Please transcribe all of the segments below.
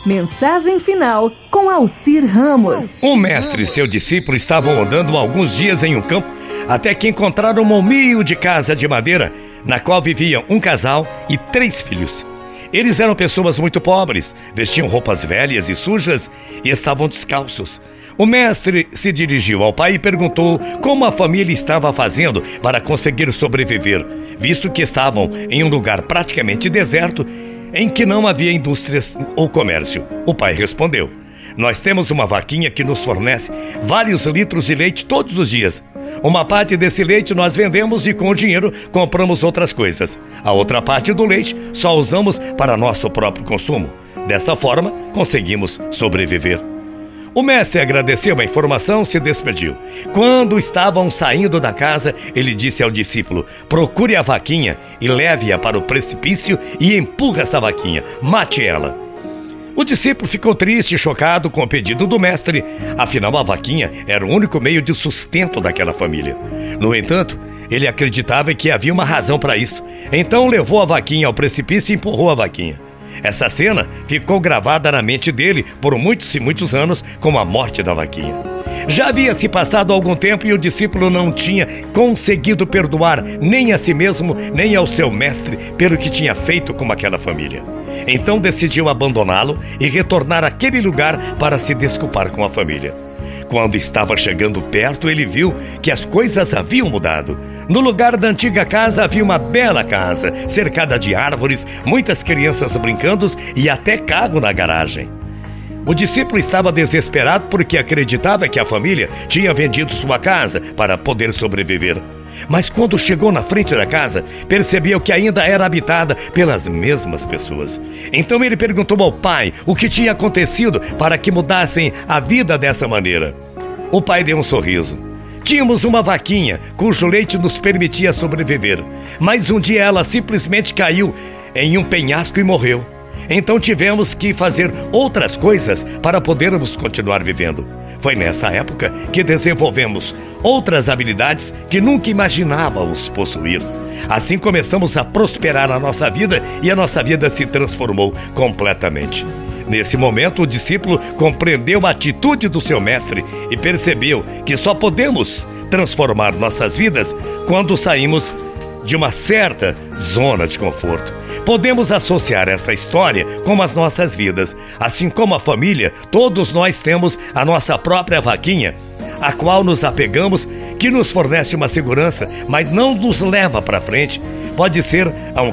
Mensagem final com Alcir Ramos. Um mestre e seu discípulo estavam andando alguns dias em um campo, até que encontraram uma humilde casa de madeira, na qual viviam um casal e 3 filhos. Eles eram pessoas muito pobres, vestiam roupas velhas e sujas e estavam descalços. O mestre se dirigiu ao pai e perguntou como a família estava fazendo para conseguir sobreviver, visto que estavam em um lugar praticamente deserto, em que não havia indústrias ou comércio. O pai respondeu: nós temos uma vaquinha que nos fornece vários litros de leite todos os dias. Uma parte desse leite nós vendemos e com o dinheiro compramos outras coisas. A outra parte do leite só usamos para nosso próprio consumo. Dessa forma, conseguimos sobreviver. O mestre agradeceu a informação e se despediu. Quando estavam saindo da casa, ele disse ao discípulo: procure a vaquinha e leve-a para o precipício e empurre essa vaquinha, mate ela. O discípulo ficou triste e chocado com o pedido do mestre, afinal a vaquinha era o único meio de sustento daquela família. No entanto, ele acreditava que havia uma razão para isso, então levou a vaquinha ao precipício e empurrou a vaquinha. Essa cena ficou gravada na mente dele por muitos e muitos anos, como a morte da vaquinha. Já havia se passado algum tempo e o discípulo não tinha conseguido perdoar nem a si mesmo, nem ao seu mestre pelo que tinha feito com aquela família. Então decidiu abandoná-lo e retornar àquele lugar para se desculpar com a família. Quando estava chegando perto, ele viu que as coisas haviam mudado. No lugar da antiga casa havia uma bela casa, cercada de árvores, muitas crianças brincando e até carro na garagem. O discípulo estava desesperado porque acreditava que a família tinha vendido sua casa para poder sobreviver. Mas quando chegou na frente da casa, percebeu que ainda era habitada pelas mesmas pessoas. Então ele perguntou ao pai o que tinha acontecido para que mudassem a vida dessa maneira. O pai deu um sorriso. Tínhamos uma vaquinha cujo leite nos permitia sobreviver, mas um dia ela simplesmente caiu em um penhasco e morreu. Então tivemos que fazer outras coisas para podermos continuar vivendo. Foi nessa época que desenvolvemos outras habilidades que nunca imaginávamos possuir. Assim começamos a prosperar a nossa vida e a nossa vida se transformou completamente. Nesse momento, o discípulo compreendeu a atitude do seu mestre e percebeu que só podemos transformar nossas vidas quando saímos de uma certa zona de conforto. Podemos associar essa história com as nossas vidas. Assim como a família, todos nós temos a nossa própria vaquinha, a qual nos apegamos, que nos fornece uma segurança, mas não nos leva para frente. Pode ser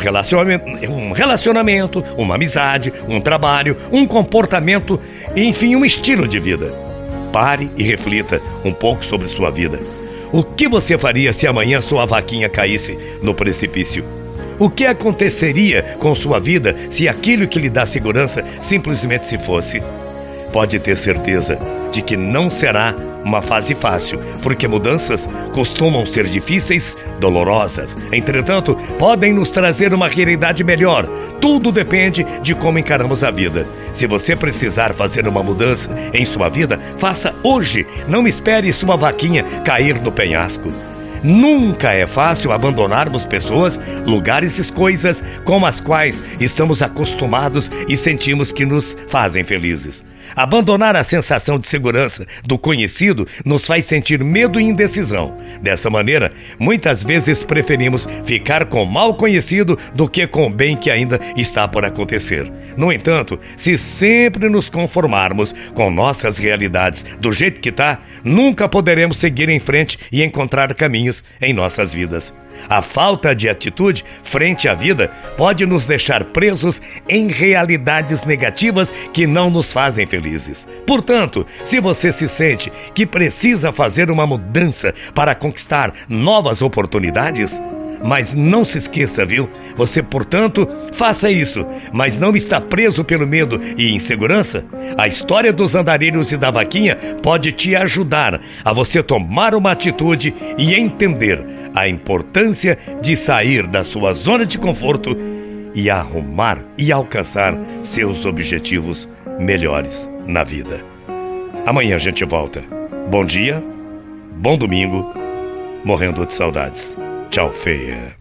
um relacionamento, uma amizade, um trabalho, um comportamento, enfim, um estilo de vida. Pare e reflita um pouco sobre sua vida. O que você faria se amanhã sua vaquinha caísse no precipício? O que aconteceria com sua vida se aquilo que lhe dá segurança simplesmente se fosse? Pode ter certeza de que não será uma fase fácil, porque mudanças costumam ser difíceis, dolorosas. Entretanto, podem nos trazer uma realidade melhor. Tudo depende de como encaramos a vida. Se você precisar fazer uma mudança em sua vida, faça hoje. Não espere sua vaquinha cair no penhasco. Nunca é fácil abandonarmos pessoas, lugares e coisas com as quais estamos acostumados e sentimos que nos fazem felizes. Abandonar a sensação de segurança do conhecido nos faz sentir medo e indecisão. Dessa maneira, muitas vezes preferimos ficar com o mal conhecido do que com o bem que ainda está por acontecer. No entanto, se sempre nos conformarmos com nossas realidades do jeito que está, nunca poderemos seguir em frente e encontrar caminhos em nossas vidas. A falta de atitude frente à vida pode nos deixar presos em realidades negativas que não nos fazem felizes. Portanto, se você se sente que precisa fazer uma mudança para conquistar novas oportunidades, mas não se esqueça, viu? Você, portanto, faça isso, mas não está preso pelo medo e insegurança? A história dos andarilhos e da vaquinha pode te ajudar a você tomar uma atitude e entender a importância de sair da sua zona de conforto e arrumar e alcançar seus objetivos melhores na vida. Amanhã a gente volta. Bom dia, bom domingo, morrendo de saudades. Tchau, feia.